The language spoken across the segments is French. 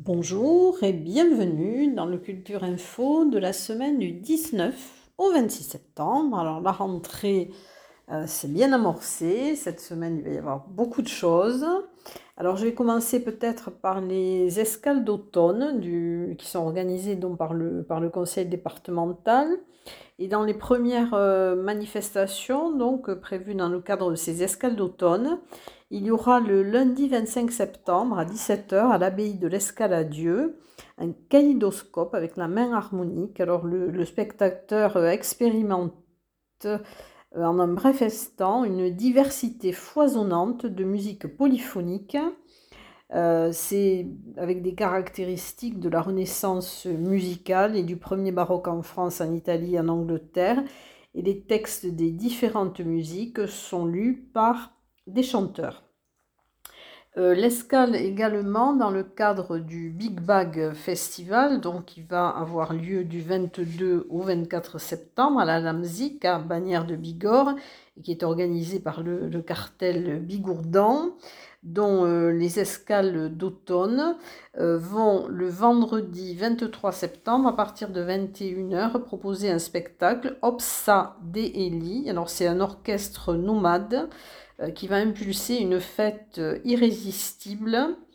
Bonjour et bienvenue dans le Culture Info de la semaine du 19 au 26 septembre. Alors la rentrée s'est bien amorcée. Cette semaine, il va y avoir beaucoup de choses. Alors je vais commencer peut-être par les escales d'automne qui sont organisées donc par le conseil départemental. Et dans les premières manifestations prévues dans le cadre de ces escales d'automne, il y aura le lundi 25 septembre à 17h à l'abbaye de l'Escale à Dieu un kaléidoscope avec la main harmonique. Alors le spectateur expérimente en un bref instant une diversité foisonnante de musique polyphonique. C'est avec des caractéristiques de la Renaissance musicale et du premier baroque en France, en Italie et en Angleterre. Et les textes des différentes musiques sont lus par des chanteurs. L'escale également dans le cadre du Big Bag Festival, donc qui va avoir lieu du 22 au 24 septembre à la Lamzik, à Bagnères de Bigorre, et qui est organisé par le cartel Bigourdan, dont les escales d'automne vont le vendredi 23 septembre à partir de 21h proposer un spectacle Opsa de Eli. Alors c'est un orchestre nomade qui va impulser une fête irrésistible.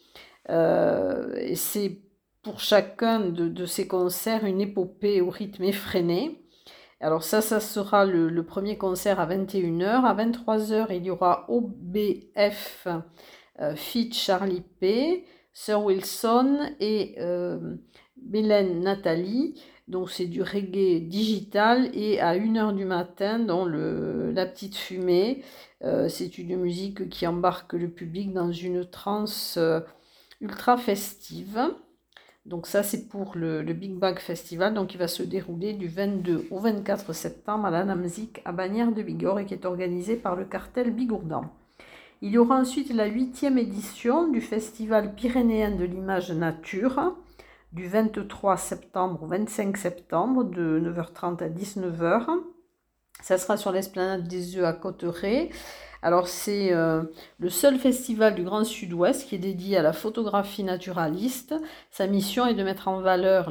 Et c'est pour chacun de ces concerts une épopée au rythme effréné. Alors ça sera le premier concert à 21h. À 23h, il y aura OBF feat. Charlie P, Sir Wilson et Mylène Nathalie. Donc c'est du reggae digital. Et à 1h du matin, dans La Petite Fumée, c'est une musique qui embarque le public dans une transe ultra festive. Donc ça c'est pour le Big Bag Festival, donc qui va se dérouler du 22 au 24 septembre à la Lamzik à Bagnères de Bigorre et qui est organisé par le cartel Bigourdan. Il y aura ensuite la 8e édition du Festival pyrénéen de l'image nature, du 23 septembre au 25 septembre, de 9h30 à 19h. Ça sera sur l'esplanade des Œufs à Cotteret. Alors c'est le seul festival du Grand Sud-Ouest qui est dédié à la photographie naturaliste. Sa mission est de mettre en valeur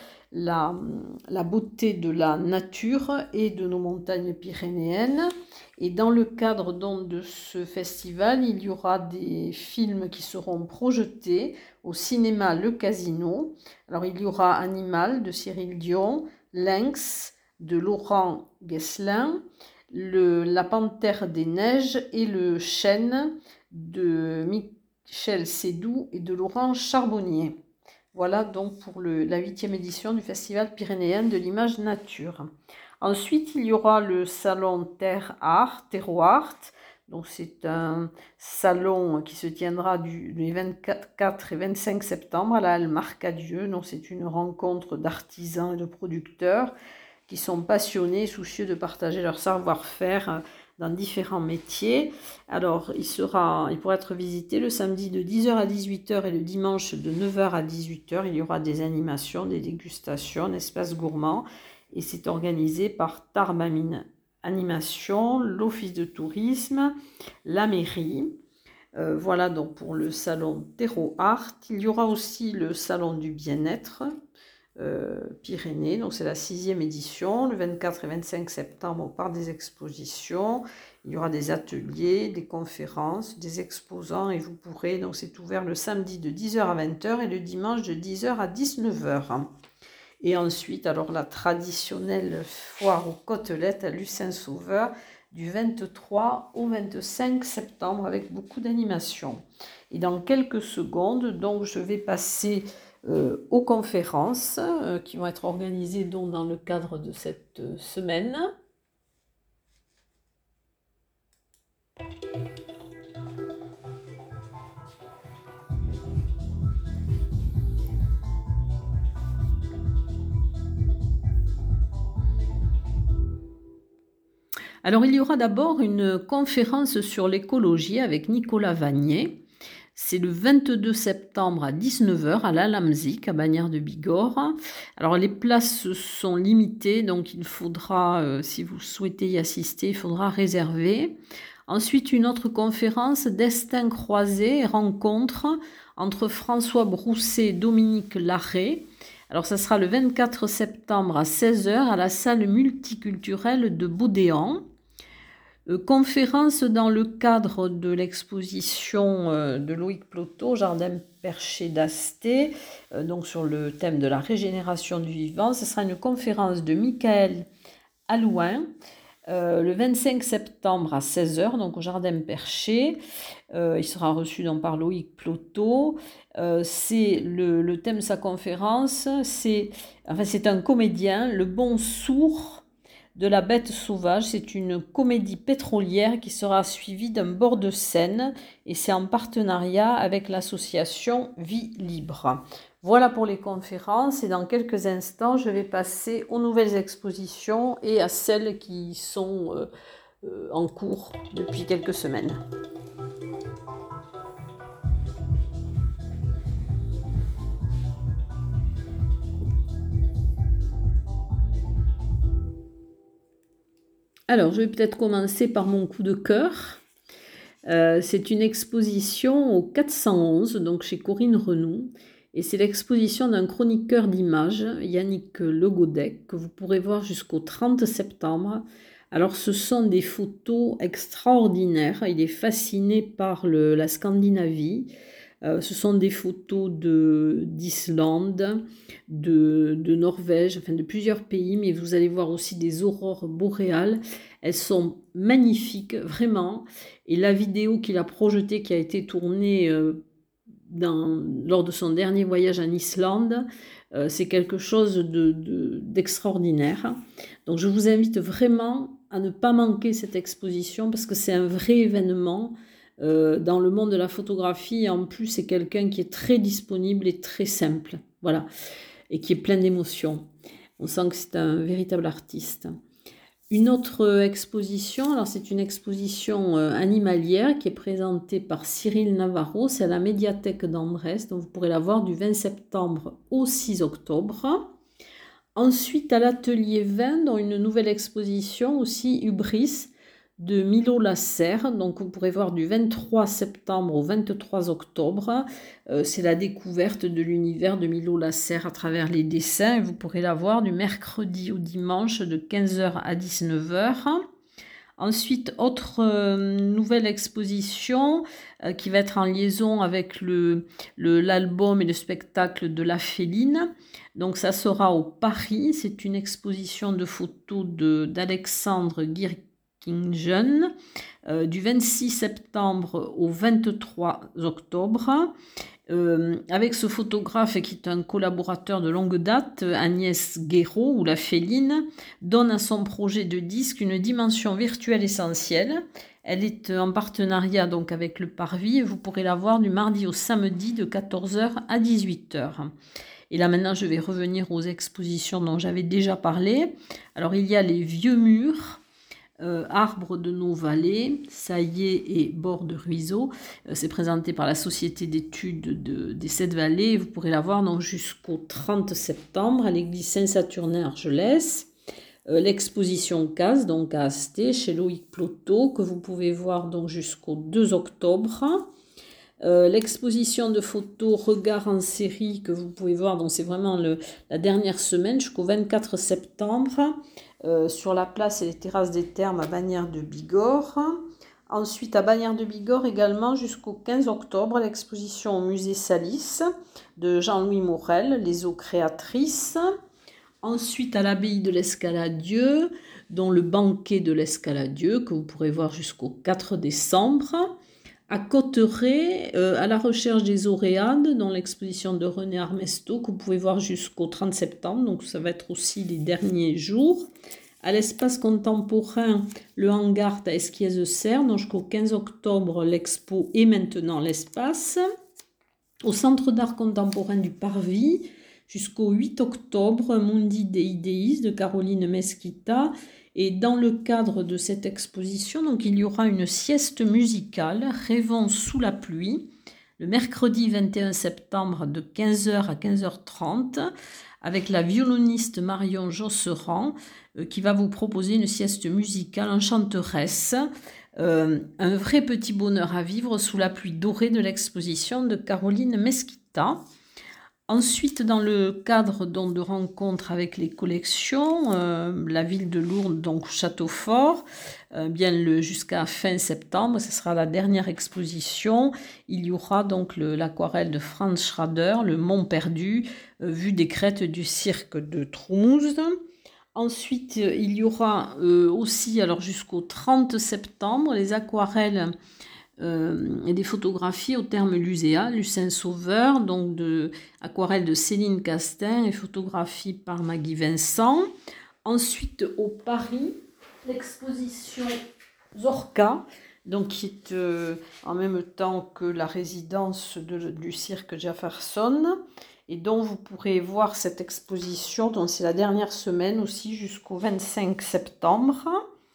la beauté de la nature et de nos montagnes pyrénéennes. Et dans le cadre donc de ce festival, il y aura des films qui seront projetés au cinéma Le Casino. Alors il y aura Animal de Cyril Dion, Lynx de Laurent Guesselin, La Panthère des Neiges et Le Chêne de Michel Sédou et de Laurent Charbonnier. Voilà donc pour la 8e édition du Festival pyrénéen de l'image nature. Ensuite, il y aura le salon Terre Art, Terroart. Donc c'est un salon qui se tiendra les 24 et 25 septembre à la Halle Marcadieu. Donc c'est une rencontre d'artisans et de producteurs qui sont passionnés, soucieux de partager leur savoir-faire dans différents métiers. Alors, il pourra être visité le samedi de 10h à 18h et le dimanche de 9h à 18h. Il y aura des animations, des dégustations, un espace gourmand. Et c'est organisé par Tarbamine Animation, l'Office de tourisme, la mairie. Voilà donc pour le salon Terro Art. Il y aura aussi le salon du bien-être Pyrénées, donc c'est la 6e édition, le 24 et 25 septembre au Parc des Expositions. Il y aura des ateliers, des conférences, des exposants et vous pourrez, donc c'est ouvert le samedi de 10h à 20h et le dimanche de 10h à 19h. Et ensuite, alors la traditionnelle foire aux côtelettes à Lucin-Sauveur du 23 au 25 septembre avec beaucoup d'animations. Et dans quelques secondes, donc je vais passer aux conférences qui vont être organisées donc dans le cadre de cette semaine. Alors il y aura d'abord une conférence sur l'écologie avec Nicolas Vanier. C'est le 22 septembre à 19h à la Lamzik, à Bagnères de Bigorre. Alors les places sont limitées, donc il faudra, si vous souhaitez y assister, il faudra réserver. Ensuite, une autre conférence, Destin croisé et rencontre entre François Brousset et Dominique Larrey. Alors, ça sera le 24 septembre à 16 h à la salle multiculturelle de Boudéan. Conférence dans le cadre de l'exposition de Loïc Plotho, Jardin perché d'Asté, donc sur le thème de la régénération du vivant. Ce sera une conférence de Michael Allouin, le 25 septembre à 16 h, donc au Jardin perché. Il sera reçu donc par Loïc Plotho. C'est le thème de sa conférence, c'est un comédien, le bon sourd de la bête sauvage. C'est une comédie pétrolière qui sera suivie d'un bord de Seine et c'est en partenariat avec l'association Vie Libre. Voilà pour les conférences et dans quelques instants, je vais passer aux nouvelles expositions et à celles qui sont en cours depuis quelques semaines. Alors, je vais peut-être commencer par mon coup de cœur. C'est une exposition au 411, donc chez Corinne Renoux. Et c'est l'exposition d'un chroniqueur d'images, Yannick Le Godec, que vous pourrez voir jusqu'au 30 septembre. Alors, ce sont des photos extraordinaires. Il est fasciné par la Scandinavie. Ce sont des photos d'Islande, de Norvège, enfin de plusieurs pays, mais vous allez voir aussi des aurores boréales. Elles sont magnifiques, vraiment. Et la vidéo qu'il a projetée, qui a été tournée lors de son dernier voyage en Islande, c'est quelque chose d'extraordinaire. Donc je vous invite vraiment à ne pas manquer cette exposition parce que c'est un vrai événement dans le monde de la photographie. Et en plus, c'est quelqu'un qui est très disponible et très simple, voilà, et qui est plein d'émotions. On sent que c'est un véritable artiste. Une autre exposition, alors c'est une exposition animalière qui est présentée par Cyril Navarro, c'est à la médiathèque d'Andrés, donc vous pourrez la voir du 20 septembre au 6 octobre. Ensuite, à l'atelier 20, dans une nouvelle exposition aussi, Hubris, de Milo Lasserre, donc vous pourrez voir du 23 septembre au 23 octobre. C'est la découverte de l'univers de Milo Lasserre à travers les dessins. Vous pourrez la voir du mercredi au dimanche de 15 h à 19 h. Ensuite, autre nouvelle exposition qui va être en liaison avec l'album et le spectacle de La Féline. Donc ça sera au Paris. C'est une exposition de photos d'Alexandre Guirkingen du 26 septembre au 23 octobre. Avec ce photographe qui est un collaborateur de longue date, Agnès Guéraud, ou La Féline, donne à son projet de disque une dimension virtuelle essentielle. Elle est en partenariat donc avec le Parvis et vous pourrez la voir du mardi au samedi de 14 h à 18 h. Et là maintenant je vais revenir aux expositions dont j'avais déjà parlé. Alors il y a les vieux murs, Arbres de nos vallées, Saillé et Bords de ruisseaux. C'est présenté par la Société d'études des 7 vallées. Vous pourrez la voir donc jusqu'au 30 septembre à l'église Saint-Saturnin Argelès. L'exposition CASE, donc à Asté, chez Loïc Plotho, que vous pouvez voir donc jusqu'au 2 octobre. L'exposition de photos Regard en série que vous pouvez voir, donc c'est vraiment la dernière semaine jusqu'au 24 septembre sur la place et les terrasses des Thermes à Bagnères de Bigorre. Ensuite à Bagnères de Bigorre également jusqu'au 15 octobre l'exposition au musée Salis de Jean-Louis Morel, Les eaux créatrices. Ensuite à l'abbaye de l'Escaladieu, dont le banquet de l'Escaladieu que vous pourrez voir jusqu'au 4 décembre. À Cotteret, à la recherche des Oréades, dans l'exposition de René Armesto, que vous pouvez voir jusqu'au 30 septembre, donc ça va être aussi les derniers jours. À l'espace contemporain, le hangar à Esquiez-Serre, donc jusqu'au 15 octobre, l'expo et maintenant l'espace. Au Centre d'art contemporain du Parvis, jusqu'au 8 octobre, Mundi dei Deis de Caroline Mesquita. Et dans le cadre de cette exposition, donc, il y aura une sieste musicale, Rêvons sous la pluie, le mercredi 21 septembre de 15 h à 15 h 30, avec la violoniste Marion Josserand, qui va vous proposer une sieste musicale enchanteresse Un vrai petit bonheur à vivre sous la pluie dorée de l'exposition de Caroline Mesquita. Ensuite, dans le cadre de rencontres avec les collections, la ville de Lourdes, donc Château Fort, jusqu'à fin septembre, ce sera la dernière exposition. Il y aura donc l'aquarelle de Franz Schrader, le Mont Perdu, vue des crêtes du cirque de Toulouse. Ensuite, il y aura aussi, alors jusqu'au 30 septembre, les aquarelles et des photographies au terme Luséa, Lucin Sauveur, donc aquarelles de Céline Castin et photographies par Maggie Vincent. Ensuite, au Paris, l'exposition Zorka, donc qui est en même temps que la résidence du cirque Jefferson, et dont vous pourrez voir cette exposition, donc c'est la dernière semaine aussi jusqu'au 25 septembre.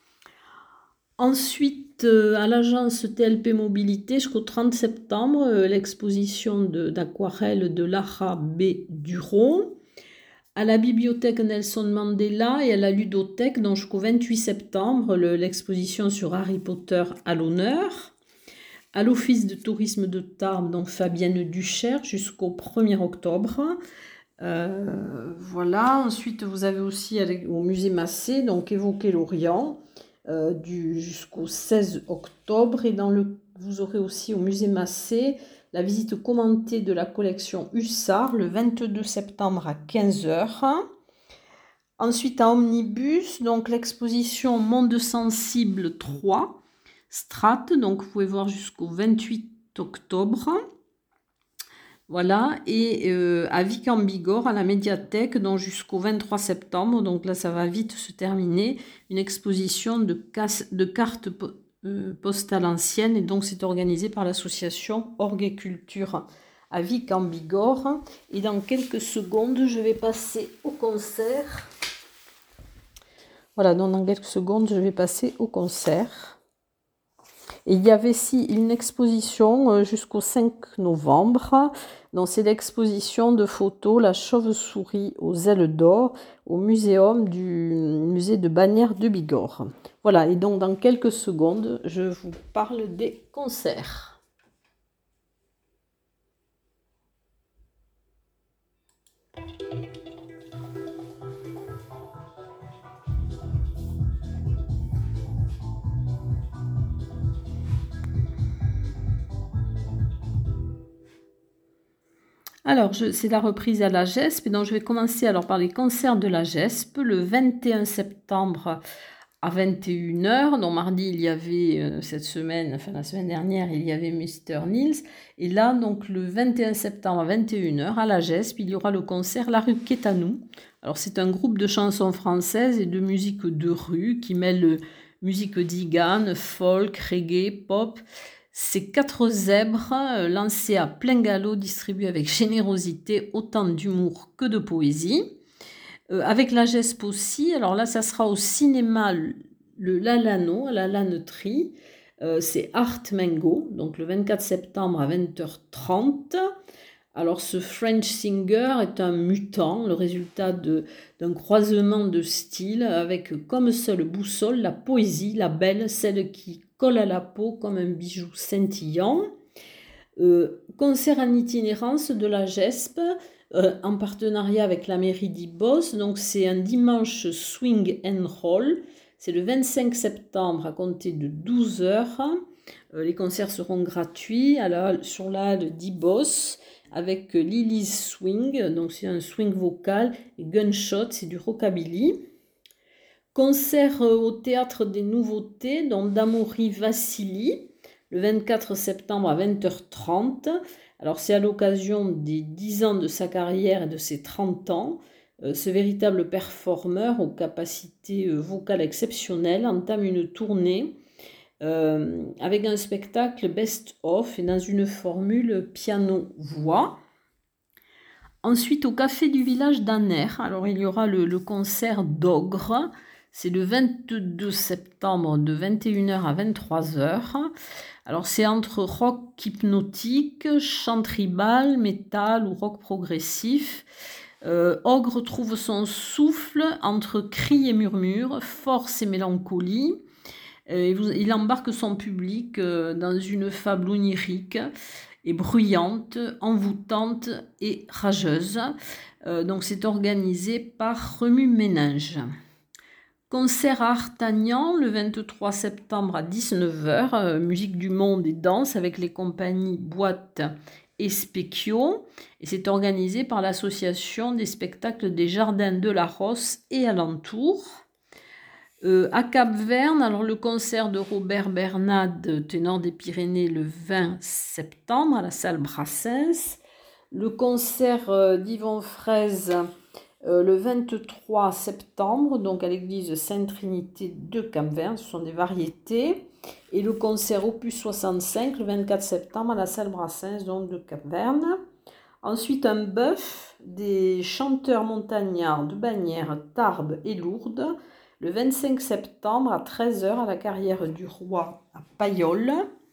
Ensuite, à l'agence TLP Mobilité, jusqu'au 30 septembre, l'exposition d'aquarelles de Lara B. Duron. À la bibliothèque Nelson Mandela et à la ludothèque, donc jusqu'au 28 septembre, l'exposition sur Harry Potter à l'honneur. À l'office de tourisme de Tarbes, donc Fabienne Duchère, jusqu'au 1er octobre. Voilà. Ensuite, vous avez aussi au musée Massé, donc Évoquer l'Orient, jusqu'au 16 octobre. Et vous aurez aussi au musée Massé la visite commentée de la collection Hussard le 22 septembre à 15h. Ensuite, à Omnibus, donc l'exposition Monde Sensible 3, Strat, donc vous pouvez voir jusqu'au 28 octobre. Voilà, et à Vic en Bigorre, à la médiathèque, donc jusqu'au 23 septembre, donc là ça va vite se terminer, une exposition de cartes postales anciennes, et donc c'est organisé par l'association Orgue et Culture à Vic en Bigorre. Et dans quelques secondes, je vais passer au concert. Voilà, donc dans quelques secondes, je vais passer au concert. Et il y avait ici une exposition jusqu'au 5 novembre. Donc c'est l'exposition de photos La chauve-souris aux ailes d'or au muséum du musée de Bagnères de Bigorre. Voilà, et donc dans quelques secondes, je vous parle des concerts. Alors, c'est la reprise à la GESP, et donc je vais commencer alors par les concerts de la GESP, le 21 septembre à 21h. Donc mardi, il y avait la semaine dernière, il y avait Mr. Nils. Et là, donc le 21 septembre à 21h, à la GESP, il y aura le concert La rue Quétanou. Alors c'est un groupe de chansons françaises et de musique de rue qui mêle musique d'Igane, folk, reggae, pop. Ces 4 zèbres lancés à plein galop, distribués avec générosité, autant d'humour que de poésie. Avec la GESP aussi, alors là ça sera au cinéma le Lalano, à la Laneterie, c'est Art Mango, donc le 24 septembre à 20h30. Alors ce French singer est un mutant, le résultat d'un croisement de styles avec comme seule boussole la poésie, la belle, celle qui colle à la peau comme un bijou scintillant. Concert en itinérance de la GESP en partenariat avec la mairie d'Ibos. Donc c'est un dimanche swing and roll. C'est le 25 septembre à compter de 12h. Les concerts seront gratuits sur la halle d'Ibos avec Lily's Swing, donc c'est un swing vocal, et Gunshot, c'est du rockabilly. Concert au Théâtre des Nouveautés, donc d'Amaury Vassili, le 24 septembre à 20h30. Alors c'est à l'occasion des 10 ans de sa carrière et de ses 30 ans. Ce véritable performeur aux capacités vocales exceptionnelles entame une tournée avec un spectacle best-of et dans une formule piano-voix. Ensuite, au Café du Village d'Anner, alors il y aura le concert d'Ogre. C'est le 22 septembre de 21h à 23h. Alors c'est entre rock hypnotique, chant tribal, métal ou rock progressif. Ogre trouve son souffle entre cris et murmures, force et mélancolie. Il embarque son public dans une fable onirique et bruyante, envoûtante et rageuse. Donc c'est organisé par Remue Ménage. Concert à Artagnan le 23 septembre à 19h, musique du monde et danse avec les compagnies Boîte et Specchio. Et c'est organisé par l'association des spectacles des Jardins de la Rosse et alentours. À Cap-Verne, alors le concert de Robert Bernade, ténor des Pyrénées, le 20 septembre à la salle Brassens. Le concert d'Yvon Fraise le 23 septembre, donc à l'église Sainte-Trinité de Cap-Verne, ce sont des variétés. Et le concert Opus 65, le 24 septembre à la salle Brassens, donc de Cap-Verne. Ensuite, un bœuf des chanteurs montagnards de Bagnères, Tarbes et Lourdes, le 25 septembre à 13h à la Carrière du Roi à Payolle.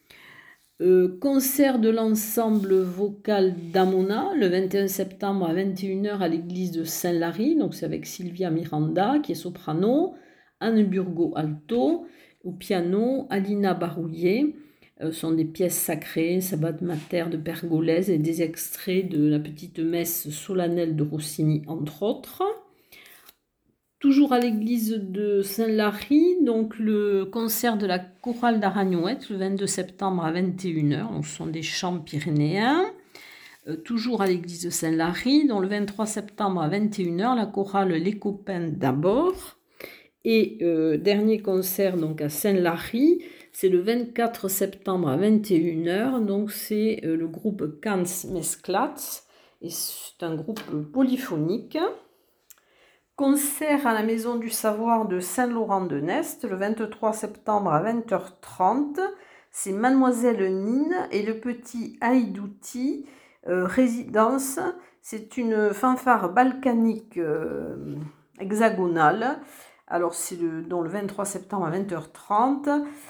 Concert de l'ensemble vocal d'Amona le 21 septembre à 21h à l'église de Saint-Lary, donc c'est avec Sylvia Miranda qui est soprano, Anne Burgot alto, au piano Alina Barouillet. Sont des pièces sacrées, Sabbat Mater de Pergolèse et des extraits de la petite messe solennelle de Rossini entre autres. Toujours à l'église de Saint-Lary, donc le concert de la chorale d'Aragnouette le 22 septembre à 21h, donc ce sont des chants pyrénéens. Toujours à l'église de Saint-Lary, donc le 23 septembre à 21h, la chorale Les Copains d'abord. Et dernier concert donc à Saint-Lary, c'est le 24 septembre à 21h, donc c'est le groupe Cans Mesclats, et c'est un groupe polyphonique. Concert à la Maison du Savoir de Saint-Laurent-de-Nest, le 23 septembre à 20h30. C'est Mademoiselle Nine et le petit Haïdouti résidence. C'est une fanfare balkanique hexagonale. Alors c'est le 23 septembre à 20h30.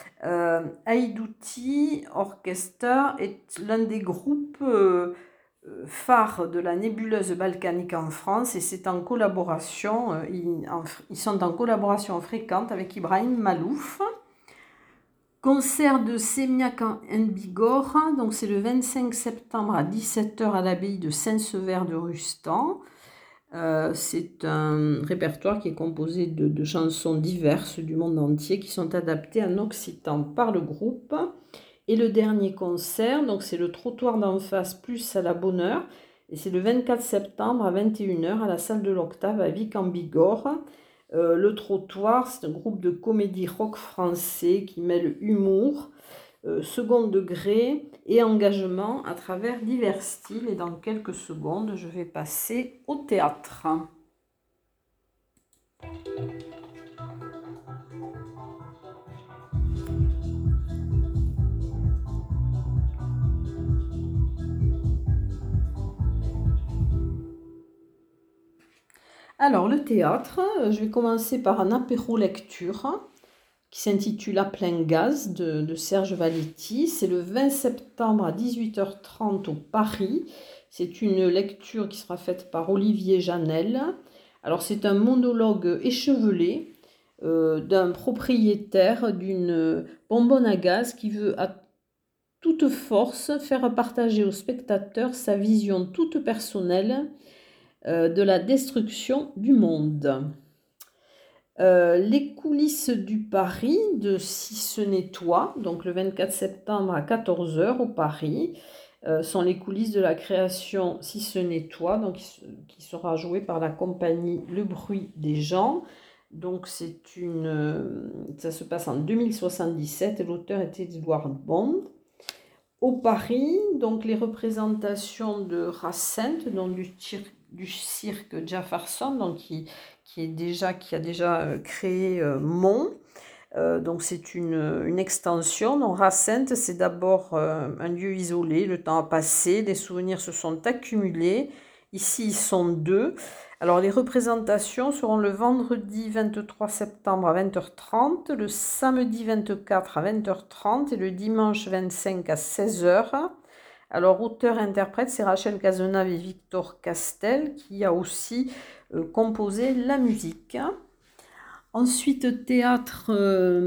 Haïdouti Orchestra est l'un des groupes phare de la nébuleuse balkanique en France et c'est en collaboration, ils sont en collaboration fréquente avec Ibrahim Malouf. Concert de Sémiac en Bigorre, donc c'est le 25 septembre à 17h à l'abbaye de Saint-Sever de Rustan. C'est un répertoire qui est composé de chansons diverses du monde entier qui sont adaptées en occitan par le groupe. Et le dernier concert, donc c'est le Trottoir d'en face plus à la bonne heure. Et c'est le 24 septembre à 21h à la salle de l'Octave à Vic en Bigorre. Le Trottoir, c'est un groupe de comédie rock français qui mêle humour, second degré et engagement à travers divers styles. Et dans quelques secondes, je vais passer au théâtre. Alors, le théâtre, je vais commencer par un apéro lecture qui s'intitule À plein gaz de Serge Valetti. C'est le 20 septembre à 18h30 au Paris. C'est une lecture qui sera faite par Olivier Janel. Alors, c'est un monologue échevelé d'un propriétaire d'une bonbonne à gaz qui veut à toute force faire partager au spectateur sa vision toute personnelle de la destruction du monde. Les coulisses du Paris de Si ce n'est toi, donc le 24 septembre à 14h au Paris, sont les coulisses de la création Si ce n'est toi, donc qui sera jouée par la compagnie Le Bruit des gens. Donc ça se passe en 2077 et l'auteur était Edward Bond. Au Paris, donc les représentations de Racine, donc du cirque Jefferson, donc qui a déjà créé Mont. Donc c'est une extension. Donc Racine, c'est d'abord un lieu isolé. Le temps a passé, les souvenirs se sont accumulés. Ici, ils sont deux. Alors les représentations seront le vendredi 23 septembre à 20h30, le samedi 24 à 20h30 et le dimanche 25 à 16h. Alors auteur-interprète, c'est Rachel Cazenave et Victor Castel qui a aussi composé la musique. Ensuite, théâtre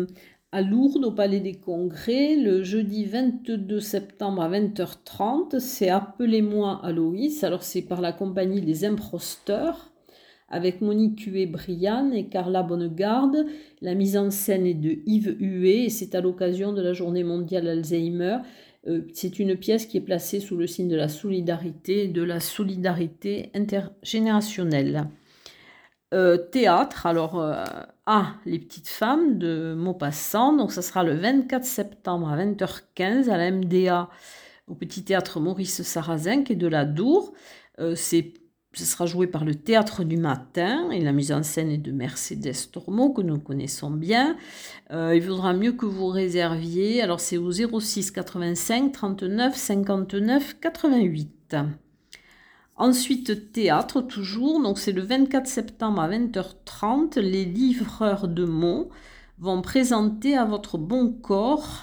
à Lourdes, au Palais des Congrès, le jeudi 22 septembre à 20h30. C'est Appelez-moi Aloïs. Alors, c'est par la compagnie Les Imposteurs, avec Monique Huet-Brianne et Carla Bonnegarde. La mise en scène est de Yves Huet et c'est à l'occasion de la Journée mondiale Alzheimer. C'est une pièce qui est placée sous le signe de la solidarité intergénérationnelle. Théâtre, alors Les Petites Femmes de Maupassant, donc ça sera le 24 septembre à 20h15 à la MDA au Petit Théâtre Maurice Sarrazin qui est de la Dour. Ce sera joué par le Théâtre du Matin et la mise en scène est de Mercedes Tormo que nous connaissons bien. Il vaudra mieux que vous réserviez, alors c'est au 06 85 39 59 88. Ensuite, théâtre toujours, donc c'est le 24 septembre à 20h30, les livreurs de mots vont présenter à votre bon corps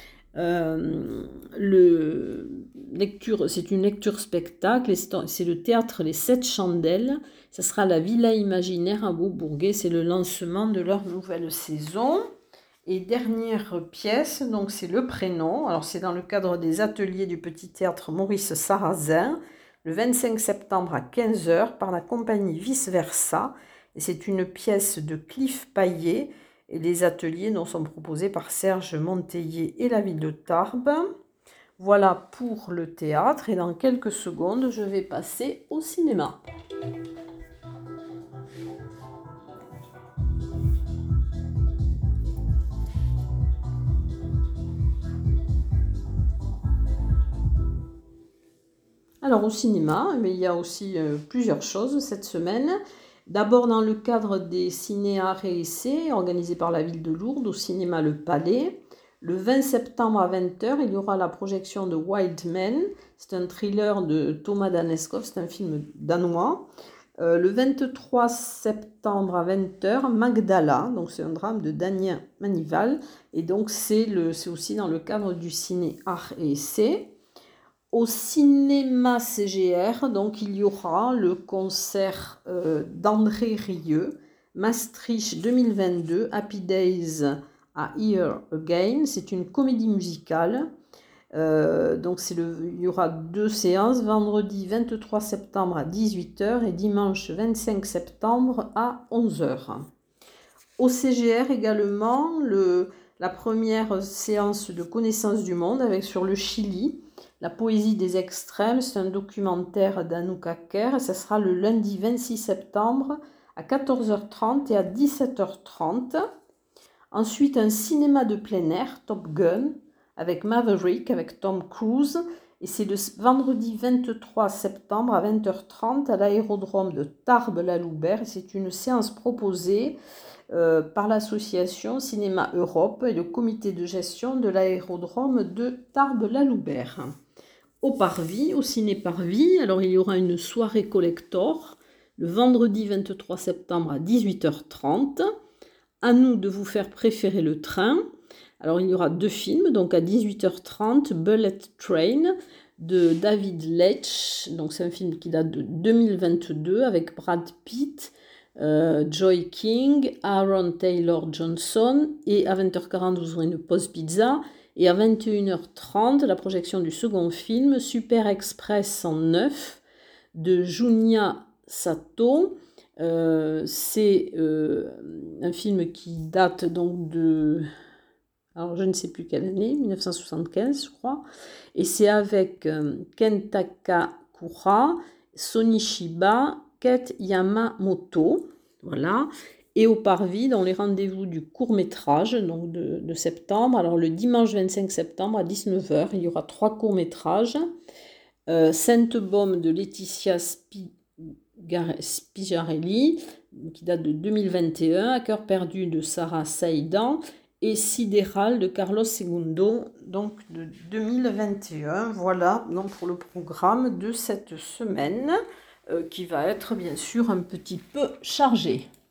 c'est une lecture spectacle, c'est le théâtre Les Sept Chandelles, ça sera la Villa Imaginaire à Beaubourguet, c'est le lancement de leur nouvelle saison. Et dernière pièce, donc c'est Le Prénom, alors c'est dans le cadre des ateliers du Petit Théâtre Maurice Sarrazin, le 25 septembre à 15h par la compagnie Vice Versa, et c'est une pièce de Cliff Paillet, et les ateliers sont proposés par Serge Monteillet et la ville de Tarbes. Voilà pour le théâtre, et dans quelques secondes, je vais passer au cinéma. Alors au cinéma, mais il y a aussi plusieurs choses cette semaine. D'abord dans le cadre des ciné-arts et essais organisés par la ville de Lourdes au cinéma Le Palais. Le 20 septembre à 20h, il y aura la projection de Wild Men. C'est un thriller de Thomas Daneskov, c'est un film danois. Le 23 septembre à 20h, Magdala, donc c'est un drame de Damien Manival. Et donc c'est aussi dans le cadre du ciné-art et essais. Au cinéma CGR, donc il y aura le concert d'André Rieu, Maastricht 2022, Happy Days à Here Again. C'est une comédie musicale. Il y aura 2 séances, vendredi 23 septembre à 18h et dimanche 25 septembre à 11h. Au CGR également, la première séance de connaissance du monde avec sur le Chili. La poésie des extrêmes, c'est un documentaire d'Anouk Acker. Ça sera le lundi 26 septembre à 14h30 et à 17h30. Ensuite, un cinéma de plein air, Top Gun, avec Maverick, avec Tom Cruise. Et c'est le vendredi 23 septembre à 20h30 à l'aérodrome de Tarbes-la-Loubert. C'est une séance proposée par l'association Cinéma Europe et le comité de gestion de l'aérodrome de Tarbes-la-Loubert. Au Parvis, au Ciné Parvis, alors il y aura une soirée collector le vendredi 23 septembre à 18h30. À nous de vous faire préférer le train. Alors il y aura 2 films, donc à 18h30, Bullet Train de David Leitch. Donc c'est un film qui date de 2022 avec Brad Pitt, Joy King, Aaron Taylor Johnson. Et à 20h40, vous aurez une pause pizza. Et à 21h30, la projection du second film, Super Express 109 de Junya Sato. C'est un film qui date donc de... Alors je ne sais plus quelle année, 1975 je crois. Et c'est avec Kenta Kakura, Sony Shiba, Ket Yamamoto. Voilà. Et au Parvis, dans les rendez-vous du court-métrage donc de septembre. Alors le dimanche 25 septembre à 19h, il y aura 3 courts-métrages. Sainte-Baume de Laetitia Spigarelli, qui date de 2021, À cœur perdu de Sarah Saïdan, et Sidéral de Carlos Segundo, donc de 2021. Voilà donc pour le programme de cette semaine, qui va être bien sûr un petit peu chargé.